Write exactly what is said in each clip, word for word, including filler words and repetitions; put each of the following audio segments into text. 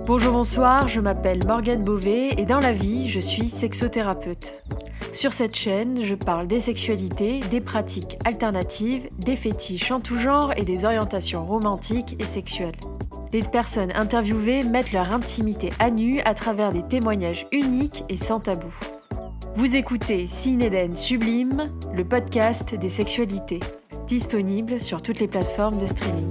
Bonjour, bonsoir, je m'appelle Morgane Beauvais et dans la vie, je suis sexothérapeute. Sur cette chaîne, je parle des sexualités, des pratiques alternatives, des fétiches en tout genre et des orientations romantiques et sexuelles. Les personnes interviewées mettent leur intimité à nu à travers des témoignages uniques et sans tabou. Vous écoutez Cinéden Sublime, le podcast des sexualités, disponible sur toutes les plateformes de streaming.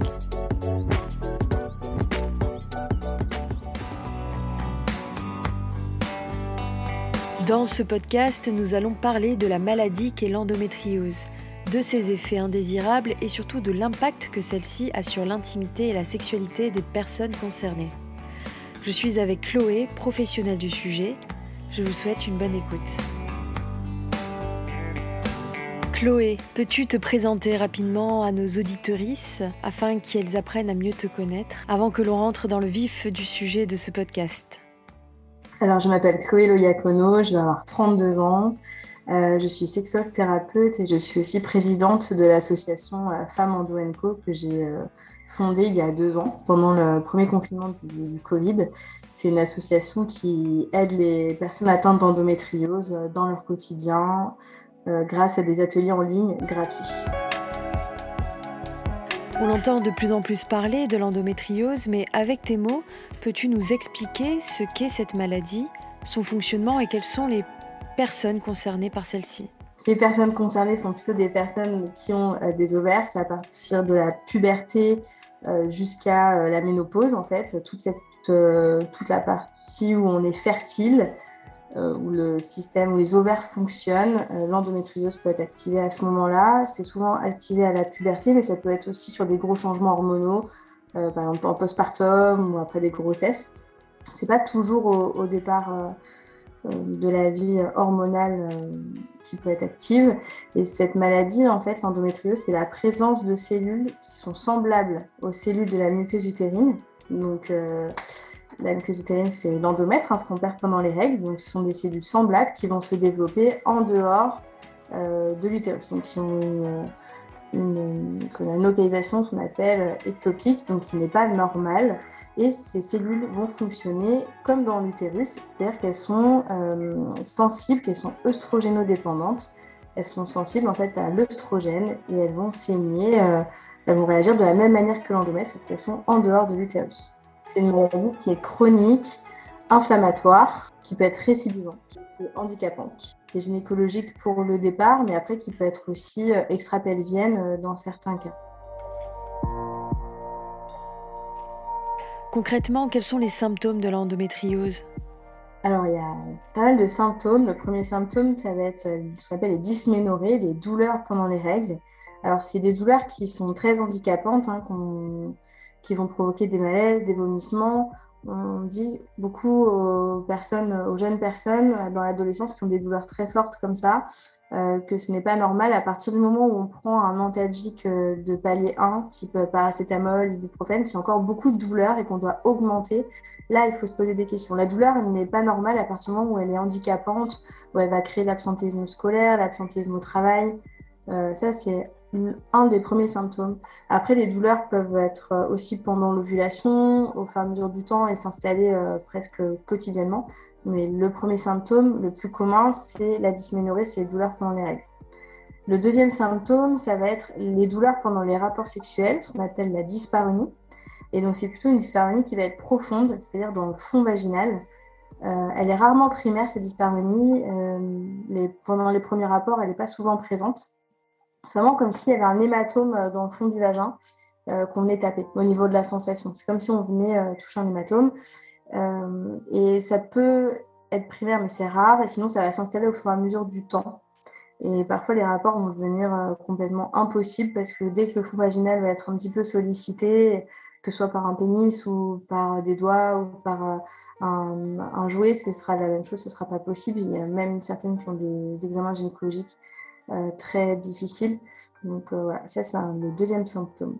Dans ce podcast, nous allons parler de la maladie qu'est l'endométriose, de ses effets indésirables et surtout de l'impact que celle-ci a sur l'intimité et la sexualité des personnes concernées. Je suis avec Chloé, professionnelle du sujet. Je vous souhaite une bonne écoute. Chloé, peux-tu te présenter rapidement à nos auditrices afin qu'elles apprennent à mieux te connaître avant que l'on rentre dans le vif du sujet de ce podcast ? Alors, je m'appelle Chloé Loyacono, je vais avoir trente-deux ans, euh, je suis sexothérapeute et je suis aussi présidente de l'association euh, Femmes Endo and Co que j'ai euh, fondée il y a deux ans, pendant le premier confinement du, du Covid. C'est une association qui aide les personnes atteintes d'endométriose euh, dans leur quotidien euh, grâce à des ateliers en ligne gratuits. On entend de plus en plus parler de l'endométriose, mais avec tes mots, peux-tu nous expliquer ce qu'est cette maladie, son fonctionnement et quelles sont les personnes concernées par celle-ci ? Les personnes concernées sont plutôt des personnes qui ont euh, des ovaires, c'est à partir de la puberté euh, jusqu'à euh, la ménopause en fait, toute, cette, euh, toute la partie où on est fertile, euh, où le système, où les ovaires fonctionnent, euh, l'endométriose peut être activée à ce moment-là. C'est souvent activé à la puberté, mais ça peut être aussi sur des gros changements hormonaux, euh, par exemple en postpartum ou après des grossesses. C'est pas toujours au, au départ euh, de la vie hormonale euh, qui peut être active. Et cette maladie, en fait, l'endométriose, c'est la présence de cellules qui sont semblables aux cellules de la muqueuse utérine. Donc, euh, la muqueuse utérine, c'est l'endomètre, hein, ce qu'on perd pendant les règles. Donc, ce sont des cellules semblables qui vont se développer en dehors euh, de l'utérus. Donc, qui ont une, une, une localisation qu'on appelle ectopique, donc qui n'est pas normale. Et ces cellules vont fonctionner comme dans l'utérus, c'est-à-dire qu'elles sont euh, sensibles, qu'elles sont œstrogénodépendantes. Elles sont sensibles en fait à l'œstrogène et elles vont saigner, euh, elles vont réagir de la même manière que l'endomètre, sauf qu'elles sont en dehors de l'utérus. C'est une maladie qui est chronique, inflammatoire, qui peut être récidivante, c'est handicapante. C'est gynécologique pour le départ, mais après qui peut être aussi extra-pelvienne dans certains cas. Concrètement, quels sont les symptômes de l'endométriose ? Alors, il y a pas mal de symptômes. Le premier symptôme, ça va être, ça s'appelle les dysménorrhées, les douleurs pendant les règles. Alors, c'est des douleurs qui sont très handicapantes, hein, qu'on, qui vont provoquer des malaises, des vomissements. On dit beaucoup aux personnes, aux jeunes personnes dans l'adolescence qui ont des douleurs très fortes comme ça, euh, que ce n'est pas normal à partir du moment où on prend un antalgique de palier un, type paracétamol, ibuprofène, c'est encore beaucoup de douleurs et qu'on doit augmenter. Là, il faut se poser des questions. La douleur elle n'est pas normale à partir du moment où elle est handicapante, où elle va créer l'absentéisme scolaire, l'absentéisme au travail. Euh, ça, c'est un des premiers symptômes. Après, les douleurs peuvent être aussi pendant l'ovulation, au fur et à mesure du temps et s'installer euh, presque quotidiennement. Mais le premier symptôme, le plus commun, c'est la dysménorrhée, c'est les douleurs pendant les règles. Le deuxième symptôme, ça va être les douleurs pendant les rapports sexuels, ce qu'on appelle la dyspareunie. Et donc, c'est plutôt une dyspareunie qui va être profonde, c'est-à-dire dans le fond vaginal. Euh, elle est rarement primaire, cette dyspareunie. Euh, les, pendant les premiers rapports, elle n'est pas souvent présente. C'est vraiment comme s'il y avait un hématome dans le fond du vagin euh, qu'on venait taper au niveau de la sensation. C'est comme si on venait euh, toucher un hématome. Euh, et ça peut être primaire, mais c'est rare. Et sinon, ça va s'installer au fur et à mesure du temps. Et parfois, les rapports vont devenir euh, complètement impossibles parce que dès que le fond vaginal va être un petit peu sollicité, que ce soit par un pénis ou par des doigts ou par euh, un, un jouet, ce sera la même chose, ce ne sera pas possible. Il y a même certaines qui ont des examens gynécologiques Euh, très difficile. Donc euh, voilà, ça c'est un, le deuxième symptôme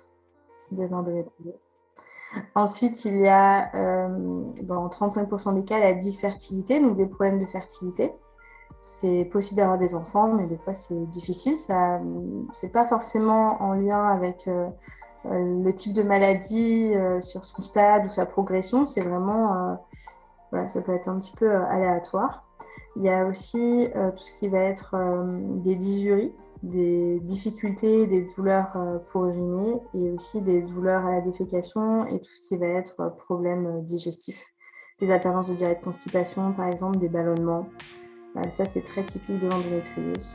de l'endométriose. Ensuite, il y a euh, dans trente-cinq pour cent des cas la dysfertilité, donc des problèmes de fertilité. C'est possible d'avoir des enfants, mais des fois c'est difficile. Ça, c'est pas forcément en lien avec euh, euh, le type de maladie euh, sur son stade ou sa progression, c'est vraiment, euh, voilà, ça peut être un petit peu euh, aléatoire. Il y a aussi euh, tout ce qui va être euh, des dysuries, des difficultés, des douleurs euh, pour uriner et aussi des douleurs à la défécation et tout ce qui va être euh, problème euh, digestif. Des alternances de diarrhée de constipation, par exemple, des ballonnements. Euh, ça, c'est très typique de l'endométriose.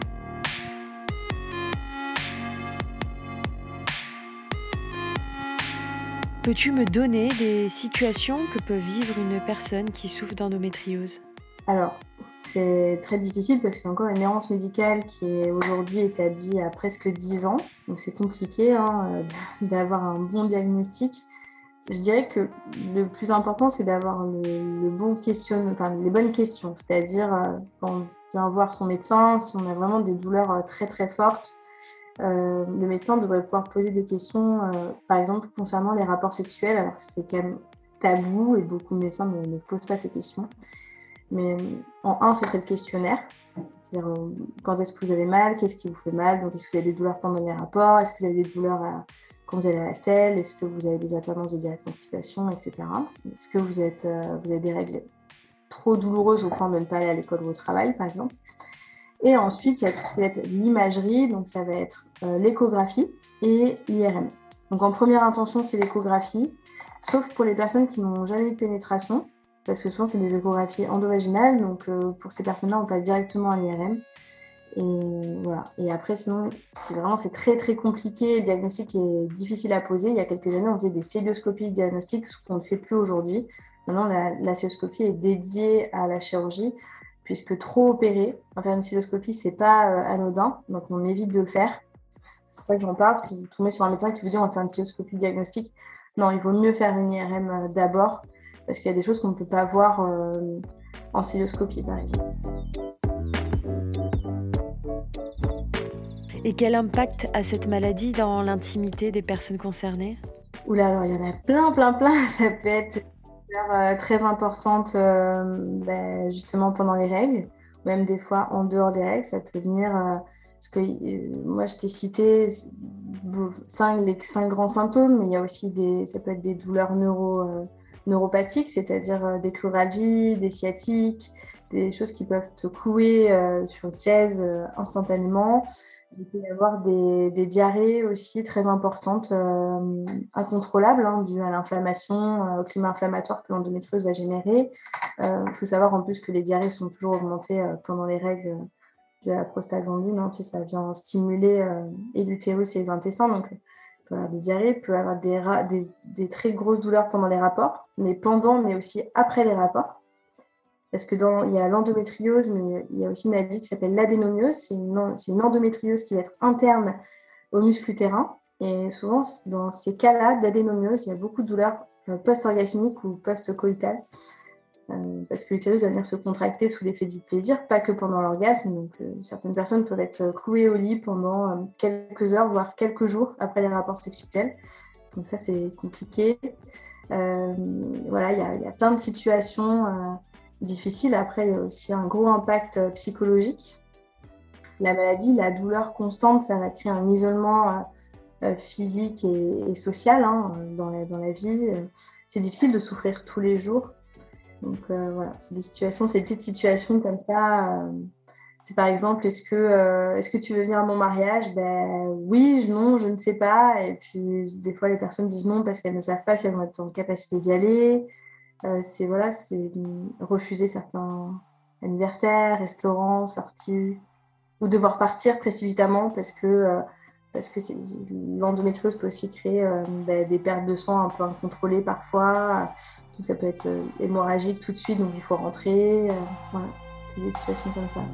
Peux-tu me donner des situations que peut vivre une personne qui souffre d'endométriose ? Alors, c'est très difficile parce qu'il y a encore une errance médicale qui est aujourd'hui établie à presque dix ans. Donc, c'est compliqué hein, d'avoir un bon diagnostic. Je dirais que le plus important, c'est d'avoir le, le bon question, enfin, les bonnes questions. C'est-à-dire, euh, quand on vient voir son médecin, si on a vraiment des douleurs euh, très très fortes, euh, le médecin devrait pouvoir poser des questions, euh, par exemple, concernant les rapports sexuels. Alors, c'est quand même tabou et beaucoup de médecins ne, ne posent pas ces questions. Mais en un, ce serait le questionnaire. C'est-à-dire, euh, quand est-ce que vous avez mal? Qu'est-ce qui vous fait mal? Donc, est-ce que vous avez des douleurs pendant les rapports? Est-ce que vous avez des douleurs à, quand vous allez à la selle? Est-ce que vous avez des alternances de diarrhée de constipation, et cetera. Est-ce que vous, êtes, euh, vous avez des règles trop douloureuses au point de ne pas aller à l'école ou au travail, par exemple? Et ensuite, il y a tout ce qui va être l'imagerie. Donc, ça va être euh, l'échographie et l'I R M. Donc, en première intention, c'est l'échographie, sauf pour les personnes qui n'ont jamais eu de pénétration. Parce que souvent, c'est des échographies endovaginales. Donc, euh, pour ces personnes-là, on passe directement à l'I R M. Et voilà. Et après, sinon, c'est vraiment c'est très, très compliqué. Le diagnostic est difficile à poser. Il y a quelques années, on faisait des célioscopies diagnostiques, ce qu'on ne fait plus aujourd'hui. Maintenant, la, la célioscopie est dédiée à la chirurgie, puisque trop opérer, faire une célioscopie, c'est pas euh, anodin. Donc, on évite de le faire. C'est pour ça que j'en parle. Si vous tombez sur un médecin qui vous dit on va faire une célioscopie diagnostique, non, il vaut mieux faire une I R M euh, d'abord, parce qu'il y a des choses qu'on ne peut pas voir euh, en célioscopie, par exemple. Et quel impact a cette maladie dans l'intimité des personnes concernées ? Oula, alors il y en a plein, plein, plein. Ça peut être une douleur euh, très importante euh, bah, justement pendant les règles, ou même des fois en dehors des règles. Ça peut venir, euh, parce que euh, moi je t'ai cité cinq, les cinq grands symptômes, mais il y a aussi des, ça peut être des douleurs neuro, euh, neuropathiques, c'est-à-dire euh, des chloralgies, des sciatiques, des choses qui peuvent te clouer euh, sur le chaise euh, instantanément. Il peut y avoir des, des diarrhées aussi très importantes, euh, incontrôlables, hein, dues à l'inflammation, euh, au climat inflammatoire que l'endométriose va générer. Il euh, faut savoir en plus que les diarrhées sont toujours augmentées euh, pendant les règles euh, de la prostaglandine. Hein, tu sais, ça vient stimuler euh, et l'utérus et les intestins. Donc, il peut y avoir des diarrhées, il peut y avoir des, ra- des, des très grosses douleurs pendant les rapports, mais pendant, mais aussi après les rapports. Parce que dans, il y a l'endométriose, mais il y a aussi une maladie qui s'appelle l'adénomiose. C'est une, c'est une endométriose qui va être interne au muscle utérin. Et souvent, dans ces cas-là d'adénomiose, il y a beaucoup de douleurs euh, post-orgasmiques ou post-coïtales. Euh, parce que l'utérus va venir se contracter sous l'effet du plaisir, pas que pendant l'orgasme. Donc, euh, certaines personnes peuvent être clouées au lit pendant euh, quelques heures, voire quelques jours après les rapports sexuels. Donc ça, c'est compliqué. Euh, voilà, il y a, il y a plein de situations euh, difficiles. Après, il y a aussi un gros impact euh, psychologique. La maladie, la douleur constante, ça va créer un isolement euh, euh, physique et, et social hein, dans, la, dans la vie. C'est difficile de souffrir tous les jours. Donc euh, voilà, c'est des situations, ces petites situations comme ça. Euh, c'est par exemple, est-ce que, euh, est-ce que tu veux venir à mon mariage? Ben oui, non, je ne sais pas. Et puis des fois, les personnes disent non parce qu'elles ne savent pas si elles vont être en capacité d'y aller. Euh, c'est voilà, c'est refuser certains anniversaires, restaurants, sorties, ou devoir partir précipitamment parce que euh, parce que c'est, l'endométriose peut aussi créer euh, ben, des pertes de sang un peu incontrôlées parfois. Donc ça peut être euh, hémorragique tout de suite, donc il faut rentrer. Euh, voilà, c'est des situations comme ça.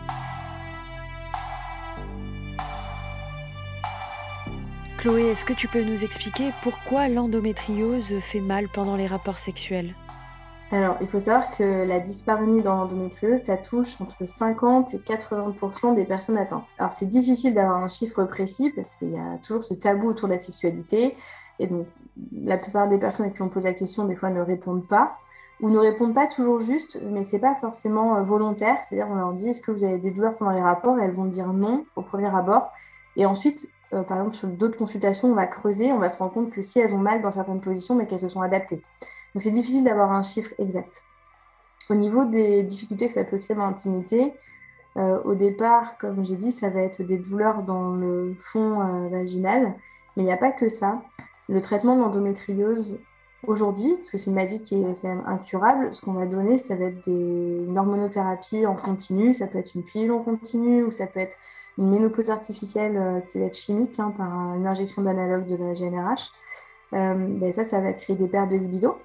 Chloé, est-ce que tu peux nous expliquer pourquoi l'endométriose fait mal pendant les rapports sexuels ? Alors, il faut savoir que la dyspareunie dans l'endométriose, ça touche entre cinquante et quatre-vingts pour cent des personnes atteintes. Alors, c'est difficile d'avoir un chiffre précis parce qu'il y a toujours ce tabou autour de la sexualité. Et donc, la plupart des personnes à qui on pose la question, des fois, ne répondent pas ou ne répondent pas toujours juste, mais c'est pas forcément volontaire. C'est-à-dire, on leur dit, est-ce que vous avez des douleurs pendant les rapports? Et elles vont dire non au premier abord. Et ensuite, euh, par exemple, sur d'autres consultations, on va creuser, on va se rendre compte que si elles ont mal dans certaines positions, mais qu'elles se sont adaptées. Donc, c'est difficile d'avoir un chiffre exact. Au niveau des difficultés que ça peut créer dans l'intimité, euh, au départ, comme j'ai dit, ça va être des douleurs dans le fond euh, vaginal, mais il n'y a pas que ça. Le traitement de l'endométriose, aujourd'hui, parce que c'est une maladie qui est quand même incurable, ce qu'on va donner, ça va être des... une hormonothérapie en continu, ça peut être une pilule en continu, ou ça peut être une ménopause artificielle euh, qui va être chimique hein, par une injection d'analogue de la G N R H. Euh, ben ça, ça va créer des pertes de libido,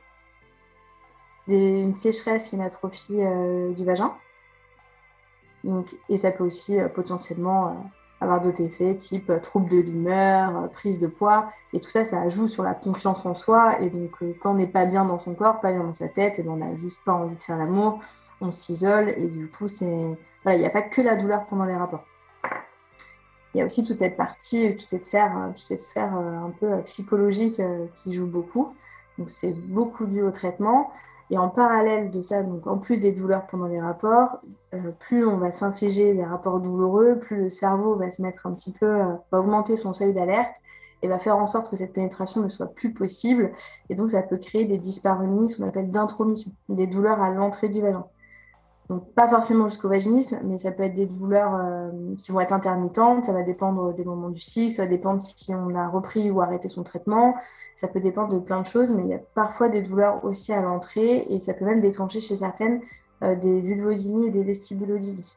des... une sécheresse, une atrophie euh, du vagin. Donc, et ça peut aussi euh, potentiellement euh, avoir d'autres effets, type euh, troubles de l'humeur, euh, prise de poids. Et tout ça, ça joue sur la confiance en soi. Et donc, euh, quand on n'est pas bien dans son corps, pas bien dans sa tête, et ben, on n'a juste pas envie de faire l'amour, on s'isole. Et du coup, c'est... Voilà, il n'y a pas que la douleur pendant les rapports. Il y a aussi toute cette partie, toute cette sphère, toute cette sphère euh, un peu euh, psychologique euh, qui joue beaucoup. Donc, c'est beaucoup dû au traitement. Et en parallèle de ça, donc en plus des douleurs pendant les rapports, euh, plus on va s'infliger des rapports douloureux, plus le cerveau va se mettre un petit peu, euh, va augmenter son seuil d'alerte et va faire en sorte que cette pénétration ne soit plus possible. Et donc, ça peut créer des dyspareunies, ce qu'on appelle d'intromission, des douleurs à l'entrée du vagin. Donc, pas forcément jusqu'au vaginisme, mais ça peut être des douleurs euh, qui vont être intermittentes. Ça va dépendre des moments du cycle, ça va dépendre si on a repris ou arrêté son traitement. Ça peut dépendre de plein de choses, mais il y a parfois des douleurs aussi à l'entrée et ça peut même déclencher chez certaines euh, des vulvodynies et des vestibulodynies.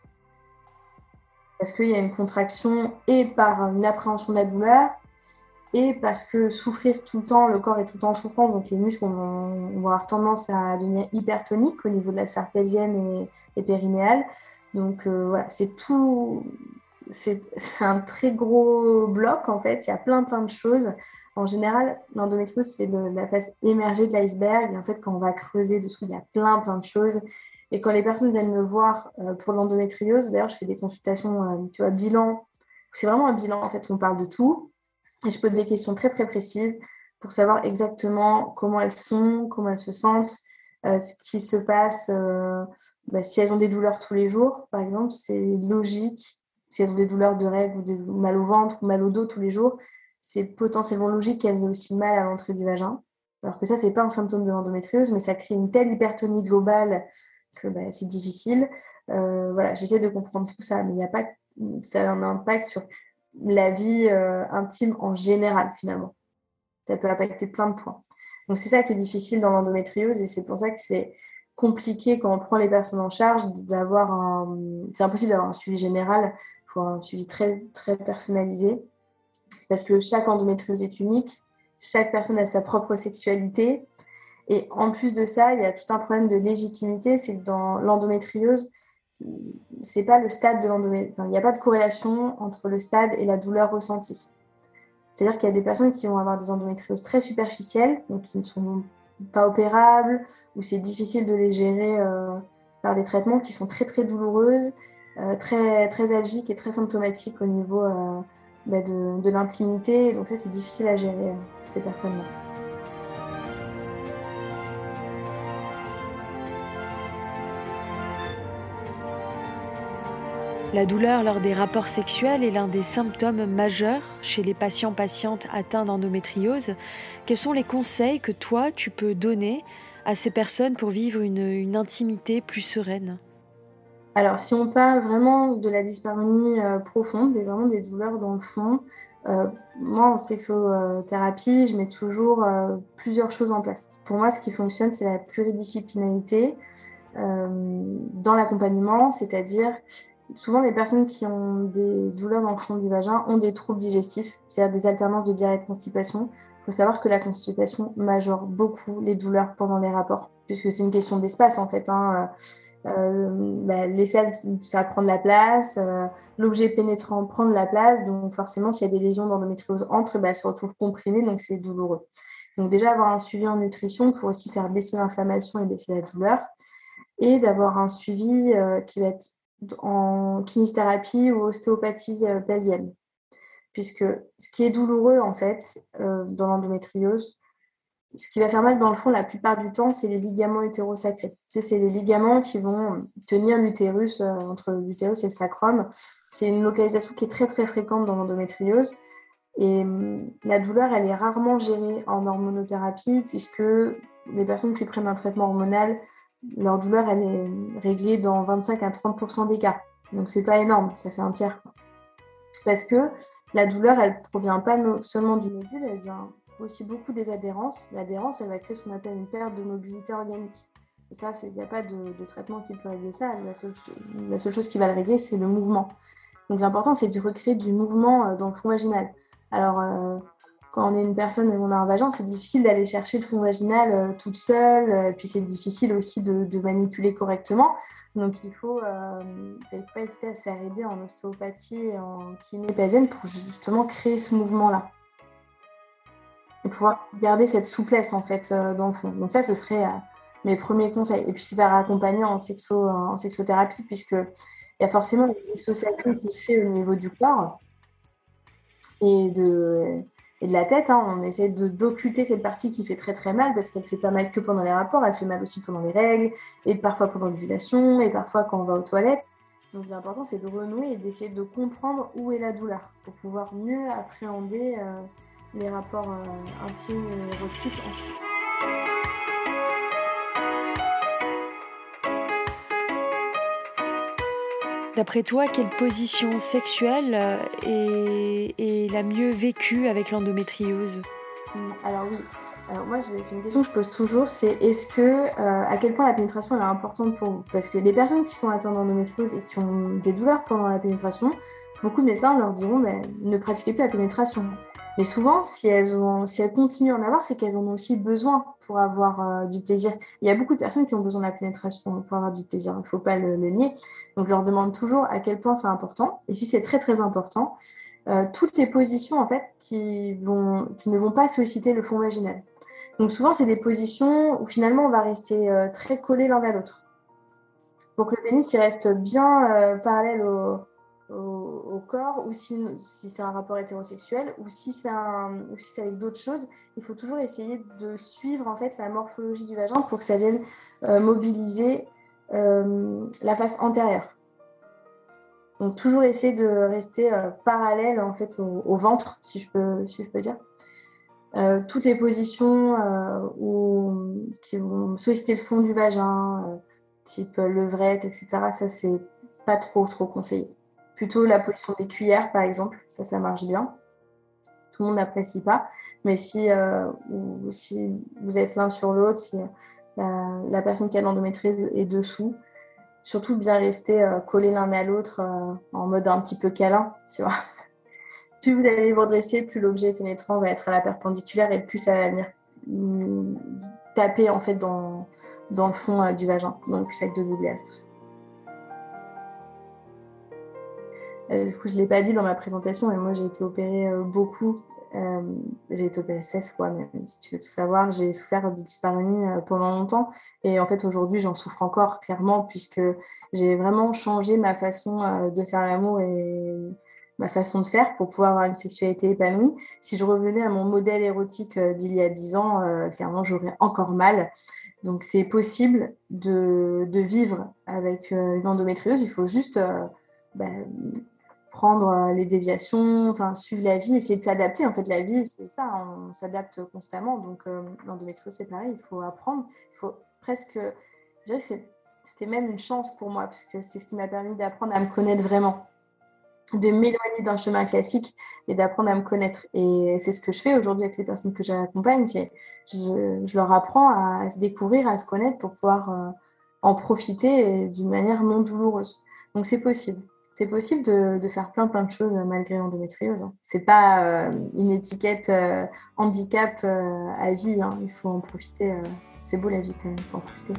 Parce qu'il y a une contraction et par une appréhension de la douleur et parce que souffrir tout le temps, le corps est tout le temps en souffrance, donc les muscles vont, vont avoir tendance à devenir hypertoniques au niveau de la sphère pelvienne et, et périnéale. Donc euh, voilà, c'est tout, c'est, c'est un très gros bloc en fait, il y a plein plein de choses. En général, l'endométriose, c'est le, la face émergée de l'iceberg. Et en fait, quand on va creuser dessous, il y a plein plein de choses. Et quand les personnes viennent me voir euh, pour l'endométriose, d'ailleurs, je fais des consultations, euh, tu vois, bilan. C'est vraiment un bilan, en fait, on parle de tout. Et je pose des questions très, très précises pour savoir exactement comment elles sont, comment elles se sentent, euh, ce qui se passe, euh, bah, si elles ont des douleurs tous les jours, par exemple, c'est logique. Si elles ont des douleurs de règles ou des mal au ventre ou mal au dos tous les jours, c'est potentiellement logique qu'elles aient aussi mal à l'entrée du vagin. Alors que ça, c'est pas un symptôme de l'endométriose, mais ça crée une telle hypertonie globale que bah, c'est difficile. Euh, voilà, j'essaie de comprendre tout ça, mais il n'y a pas, ça a un impact sur la vie euh, intime en général, finalement. Ça peut impacter plein de points. Donc, c'est ça qui est difficile dans l'endométriose et c'est pour ça que c'est compliqué quand on prend les personnes en charge d'avoir un... C'est impossible d'avoir un suivi général, il faut un suivi très, très personnalisé parce que chaque endométriose est unique, chaque personne a sa propre sexualité et en plus de ça, il y a tout un problème de légitimité, c'est que dans l'endométriose, c'est pas le stade de l'endométriose, enfin, il n'y a pas de corrélation entre le stade et la douleur ressentie. C'est-à-dire qu'il y a des personnes qui vont avoir des endométrioses très superficielles, donc qui ne sont pas opérables, ou c'est difficile de les gérer euh, par des traitements qui sont très très douloureuses, euh, très, très algiques et très symptomatiques au niveau euh, bah, de, de l'intimité. Donc ça, c'est difficile à gérer, euh, ces personnes-là. La douleur lors des rapports sexuels est l'un des symptômes majeurs chez les patients-patientes atteints d'endométriose. Quels sont les conseils que toi, tu peux donner à ces personnes pour vivre une, une intimité plus sereine ? Alors, si on parle vraiment de la dyspareunie euh, profonde, et vraiment des douleurs dans le fond, euh, moi, en sexothérapie, je mets toujours euh, plusieurs choses en place. Pour moi, ce qui fonctionne, c'est la pluridisciplinarité euh, dans l'accompagnement, c'est-à-dire souvent les personnes qui ont des douleurs dans le fond du vagin ont des troubles digestifs, c'est-à-dire des alternances de diarrhée et de constipation. Il faut savoir que la constipation majore beaucoup les douleurs pendant les rapports, puisque c'est une question d'espace en fait. Hein. Euh, bah, les selles, ça va prendre la place, euh, l'objet pénétrant prend de la place, donc forcément, s'il y a des lésions d'endométriose entre, bah, elles se retrouvent comprimées, donc c'est douloureux. Donc déjà, avoir un suivi en nutrition pour aussi faire baisser l'inflammation et baisser la douleur, et d'avoir un suivi euh, qui va être en kinésithérapie ou ostéopathie euh, pelvienne. Puisque ce qui est douloureux, en fait, euh, dans l'endométriose, ce qui va faire mal dans le fond la plupart du temps, c'est les ligaments utérosacrés. Tu sais, c'est les ligaments qui vont tenir l'utérus euh, entre l'utérus et le sacrum. C'est une localisation qui est très très fréquente dans l'endométriose. Et hum, la douleur, elle est rarement gérée en hormonothérapie puisque les personnes qui prennent un traitement hormonal, leur douleur, elle est réglée dans vingt-cinq à trente pour cent des cas. Donc, c'est pas énorme, ça fait un tiers. Parce que la douleur, elle provient pas no- seulement du nodule, elle vient aussi beaucoup des adhérences. L'adhérence, elle va créer ce qu'on appelle une perte de mobilité organique. Et ça, il n'y a pas de, de traitement qui peut régler ça. La seule, la seule chose qui va le régler, c'est le mouvement. Donc l'important, c'est de recréer du mouvement euh, dans le fond vaginal. Alors, euh, quand on est une personne et qu'on a un vagin, c'est difficile d'aller chercher le fond vaginal euh, toute seule. Euh, puis c'est difficile aussi de, de manipuler correctement. Donc il faut, euh, il faut pas hésiter à se faire aider en ostéopathie et en kiné pelvienne pour justement créer ce mouvement-là. Et pouvoir garder cette souplesse en fait euh, dans le fond. Donc ça, ce serait euh, mes premiers conseils. Et puis se faire accompagner en, sexo, en sexothérapie, puisque il y a forcément une dissociation qui se fait au niveau du corps et de, et de la tête. Hein. On essaie de, d'occulter cette partie qui fait très très mal parce qu'elle fait pas mal que pendant les rapports, elle fait mal aussi pendant les règles et parfois pendant l'ovulation et parfois quand on va aux toilettes. Donc l'important, c'est de renouer et d'essayer de comprendre où est la douleur pour pouvoir mieux appréhender euh, les rapports euh, intimes et érotiques ensuite. D'après toi, quelle position sexuelle euh, est, est la mieux vécue avec l'endométriose ? Alors oui, alors moi c'est une question que je pose toujours, c'est est-ce que, euh, à quel point la pénétration elle est importante pour vous? Parce que les personnes qui sont atteintes d'endométriose et qui ont des douleurs pendant la pénétration, beaucoup de médecins leur diront ben, ne pratiquez plus la pénétration. Mais souvent, si elles, ont, si elles continuent à en avoir, c'est qu'elles en ont aussi besoin pour avoir euh, du plaisir. Il y a beaucoup de personnes qui ont besoin de la pénétration pour avoir du plaisir, il ne faut pas le, le nier. Donc je leur demande toujours à quel point c'est important. Et si c'est très très important, euh, toutes les positions en fait qui, vont, qui ne vont pas solliciter le fond vaginal. Donc souvent, c'est des positions où finalement on va rester euh, très collés l'un à l'autre. Pour que le pénis il reste bien euh, parallèle au, au, au corps, ou si, si c'est un rapport hétérosexuel, ou si c'est, un, ou si c'est avec d'autres choses, il faut toujours essayer de suivre en fait la morphologie du vagin pour que ça vienne euh, mobiliser euh, la face antérieure. Donc toujours essayer de rester euh, parallèle en fait au, au ventre, si je peux, si je peux dire. Euh, toutes les positions euh, où, qui vont solliciter le fond du vagin, euh, type levrette, et cetera. Ça, c'est pas trop, trop conseillé. Plutôt la position des cuillères, par exemple. Ça, ça marche bien. Tout le monde n'apprécie pas. Mais si, euh, ou, si vous êtes l'un sur l'autre, si la, la personne qui a l'endométriose est dessous, surtout bien rester euh, collés l'un à l'autre euh, en mode un petit peu câlin, tu vois. Plus vous allez vous redresser, plus l'objet pénétrant va être à la perpendiculaire et plus ça va venir mm, taper en fait dans, dans le fond euh, du vagin, dans le cul-de-sac de Douglas. Tout ça. Euh, du coup, je ne l'ai pas dit dans ma présentation, mais moi j'ai été opérée euh, beaucoup. Euh, j'ai été opérée seize fois, même si tu veux tout savoir. J'ai souffert de dyspareunie euh, pendant longtemps. Et en fait, aujourd'hui, j'en souffre encore, clairement, puisque j'ai vraiment changé ma façon euh, de faire l'amour et ma façon de faire pour pouvoir avoir une sexualité épanouie. Si je revenais à mon modèle érotique euh, d'il y a dix ans, euh, clairement, j'aurais encore mal. Donc, c'est possible de, de vivre avec euh, une endométriose. Il faut juste euh, bah, prendre euh, les déviations, enfin, suivre la vie, essayer de s'adapter. En fait, la vie, c'est ça, on s'adapte constamment. Donc, euh, l'endométriose, c'est pareil, il faut apprendre. Il faut presque... Je dirais que c'est, c'était même une chance pour moi, parce que c'est ce qui m'a permis d'apprendre à me connaître vraiment, de m'éloigner d'un chemin classique et d'apprendre à me connaître. Et c'est ce que je fais aujourd'hui avec les personnes que j'accompagne. C'est, je, je leur apprends à se découvrir, à se connaître pour pouvoir euh, en profiter d'une manière non douloureuse. Donc c'est possible. C'est possible de, de faire plein plein de choses malgré l'endométriose. Hein. C'est pas euh, une étiquette euh, handicap euh, à vie. Hein. Il faut en profiter. Euh, c'est beau la vie quand même, il faut en profiter.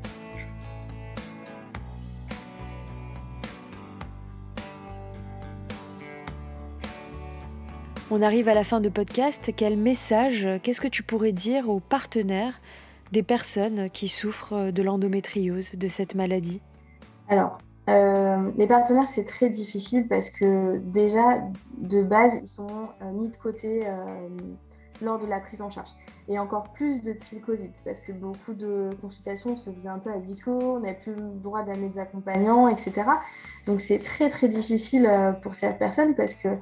On arrive à la fin de podcast. Quel message, qu'est-ce que tu pourrais dire aux partenaires des personnes qui souffrent de l'endométriose, de cette maladie ? Alors, euh, les partenaires, c'est très difficile parce que déjà, de base, ils sont euh, mis de côté euh, lors de la prise en charge. Et encore plus depuis le Covid, parce que beaucoup de consultations se faisaient un peu à huis clos, on n'avait plus le droit d'amener des accompagnants, et cetera. Donc c'est très très difficile euh, pour ces personnes parce que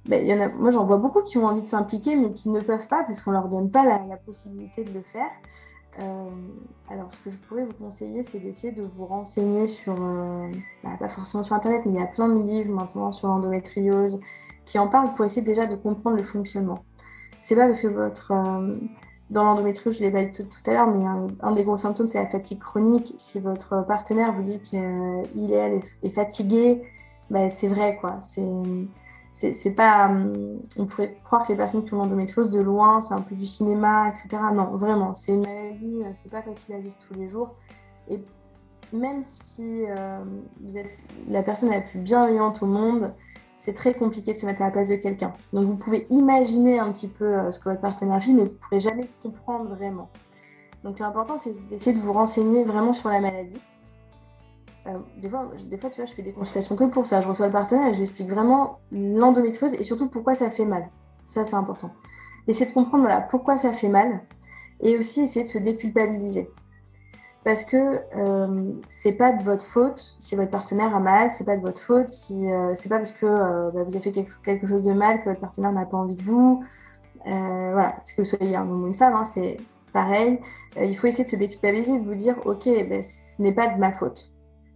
ben, y en a, moi j'en vois beaucoup qui ont envie de s'impliquer mais qui ne peuvent pas parce qu'on ne leur donne pas la, la possibilité de le faire. Euh, alors ce que je pourrais vous conseiller, c'est d'essayer de vous renseigner sur, euh, bah, pas forcément sur internet, mais il y a plein de livres maintenant sur l'endométriose qui en parlent pour essayer déjà de comprendre le fonctionnement. C'est pas parce que votre... Euh, dans l'endométriose, je l'ai pas dit tout, tout à l'heure, mais un, un des gros symptômes, c'est la fatigue chronique. Si votre partenaire vous dit qu'il et elle est, est fatigué, bah, c'est vrai, quoi. C'est, c'est, c'est pas... On pourrait croire que les personnes qui ont l'endométriose, de loin, c'est un peu du cinéma, et cetera. Non, vraiment, c'est une maladie, c'est pas facile à vivre tous les jours. Et même si euh, vous êtes la personne la plus bienveillante au monde, c'est très compliqué de se mettre à la place de quelqu'un. Donc vous pouvez imaginer un petit peu euh, ce que votre partenaire vit, mais vous ne pourrez jamais comprendre vraiment. Donc l'important, c'est d'essayer de vous renseigner vraiment sur la maladie. Euh, des fois, des fois, tu vois, je fais des consultations que pour ça. Je reçois le partenaire et je lui explique vraiment l'endométriose et surtout pourquoi ça fait mal. Ça, c'est important. Essayer de comprendre voilà, pourquoi ça fait mal et aussi essayer de se déculpabiliser. Parce que euh, c'est pas de votre faute si votre partenaire a mal, c'est pas de votre faute si euh, c'est pas parce que euh, bah, vous avez fait quelque, quelque chose de mal que votre partenaire n'a pas envie de vous. Euh, voilà, c'est que vous soyez un homme ou une femme, hein, c'est pareil. Euh, il faut essayer de se déculpabiliser, de vous dire ok, ben, ce n'est pas de ma faute.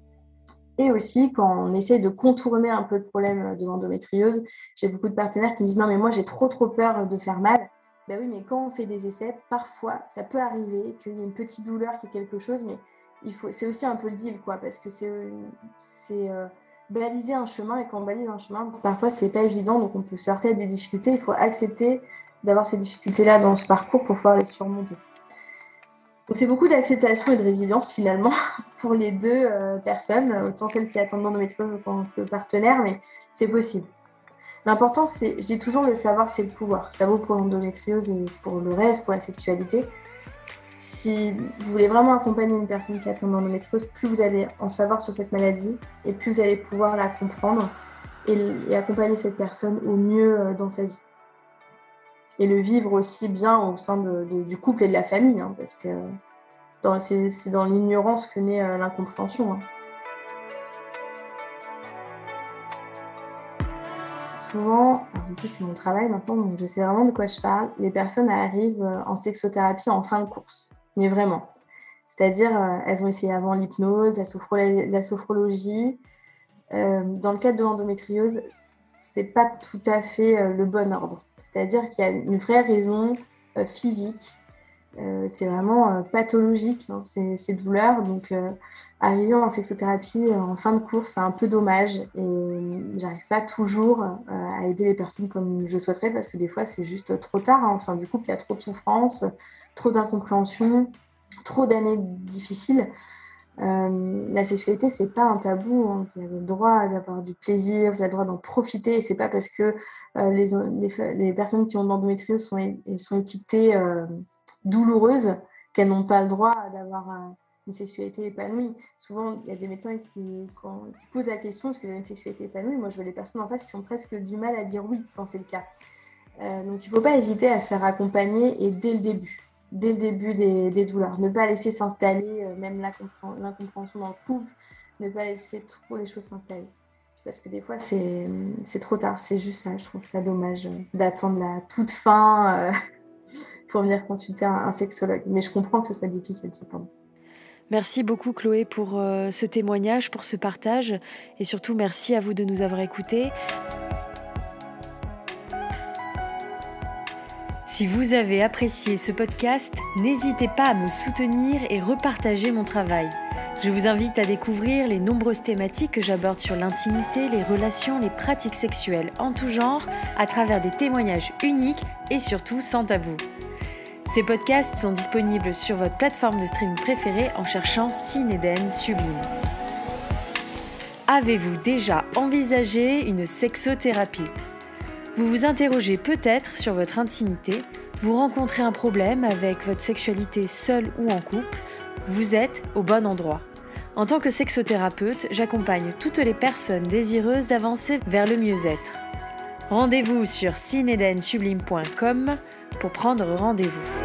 Et aussi, quand on essaye de contourner un peu le problème de l'endométriose, j'ai beaucoup de partenaires qui me disent non mais moi j'ai trop trop peur de faire mal. Ben oui, mais quand on fait des essais, parfois, ça peut arriver qu'il y ait une petite douleur, qu'il y ait quelque chose, mais il faut, c'est aussi un peu le deal, quoi, parce que c'est, c'est euh, baliser un chemin, et quand on balise un chemin, parfois, c'est pas évident, donc on peut se heurter à des difficultés. Il faut accepter d'avoir ces difficultés-là dans ce parcours pour pouvoir les surmonter. Donc, c'est beaucoup d'acceptation et de résilience, finalement, pour les deux euh, personnes, autant celles qui attendent l'endométriose, autant que le partenaire, mais c'est possible. L'important, c'est, je dis toujours, le savoir, c'est le pouvoir. Ça vaut pour l'endométriose et pour le reste, pour la sexualité. Si vous voulez vraiment accompagner une personne qui atteint l'endométriose, plus vous allez en savoir sur cette maladie et plus vous allez pouvoir la comprendre et, et accompagner cette personne au mieux dans sa vie. Et le vivre aussi bien au sein de, de, du couple et de la famille, hein, parce que dans, c'est, c'est dans l'ignorance que naît euh, l'incompréhension. Hein. Souvent, en plus c'est mon travail maintenant, donc je sais vraiment de quoi je parle, les personnes arrivent en sexothérapie en fin de course, mais vraiment. C'est-à-dire, euh, elles ont essayé avant l'hypnose, la, sophro- la sophrologie. Euh, dans le cadre de l'endométriose, c'est pas tout à fait euh, le bon ordre. C'est-à-dire qu'il y a une vraie raison euh, physique. Euh, c'est vraiment euh, pathologique, hein, ces, ces douleurs. Donc, euh, arriver en sexothérapie euh, en fin de course, c'est un peu dommage. Et euh, j'arrive pas toujours euh, à aider les personnes comme je souhaiterais parce que des fois, c'est juste trop tard. Hein, au sein du couple, il y a trop de souffrance, trop d'incompréhension, trop d'années difficiles. Euh, la sexualité, c'est pas un tabou. Hein. Vous avez le droit d'avoir du plaisir, vous avez le droit d'en profiter. Et c'est pas parce que euh, les, les, les personnes qui ont de l'endométriose sont, sont étiquetées euh, douloureuses qu'elles n'ont pas le droit d'avoir euh, une sexualité épanouie. Souvent, il y a des médecins qui, quand, qui posent la question est-ce que vous avez une sexualité épanouie. Moi, je vois les personnes en face qui ont presque du mal à dire oui quand c'est le cas. Euh, donc, il ne faut pas hésiter à se faire accompagner et dès le début. Dès le début des, des douleurs. Ne pas laisser s'installer, euh, même l'incompréhension dans le couple, ne pas laisser trop les choses s'installer. Parce que des fois, c'est, c'est trop tard. C'est juste ça. Je trouve ça dommage euh, d'attendre la toute fin euh, pour venir consulter un, un sexologue. Mais je comprends que ce soit difficile, cependant. Merci beaucoup Chloé pour euh, ce témoignage, pour ce partage. Et surtout, merci à vous de nous avoir écoutés. Si vous avez apprécié ce podcast, n'hésitez pas à me soutenir et repartager mon travail. Je vous invite à découvrir les nombreuses thématiques que j'aborde sur l'intimité, les relations, les pratiques sexuelles en tout genre, à travers des témoignages uniques et surtout sans tabou. Ces podcasts sont disponibles sur votre plateforme de streaming préférée en cherchant Cine Eden Sublime. Avez-vous déjà envisagé une sexothérapie ? Vous vous interrogez peut-être sur votre intimité, vous rencontrez un problème avec votre sexualité seule ou en couple, vous êtes au bon endroit. En tant que sexothérapeute, j'accompagne toutes les personnes désireuses d'avancer vers le mieux-être. Rendez-vous sur cine eden sublime point com pour prendre rendez-vous.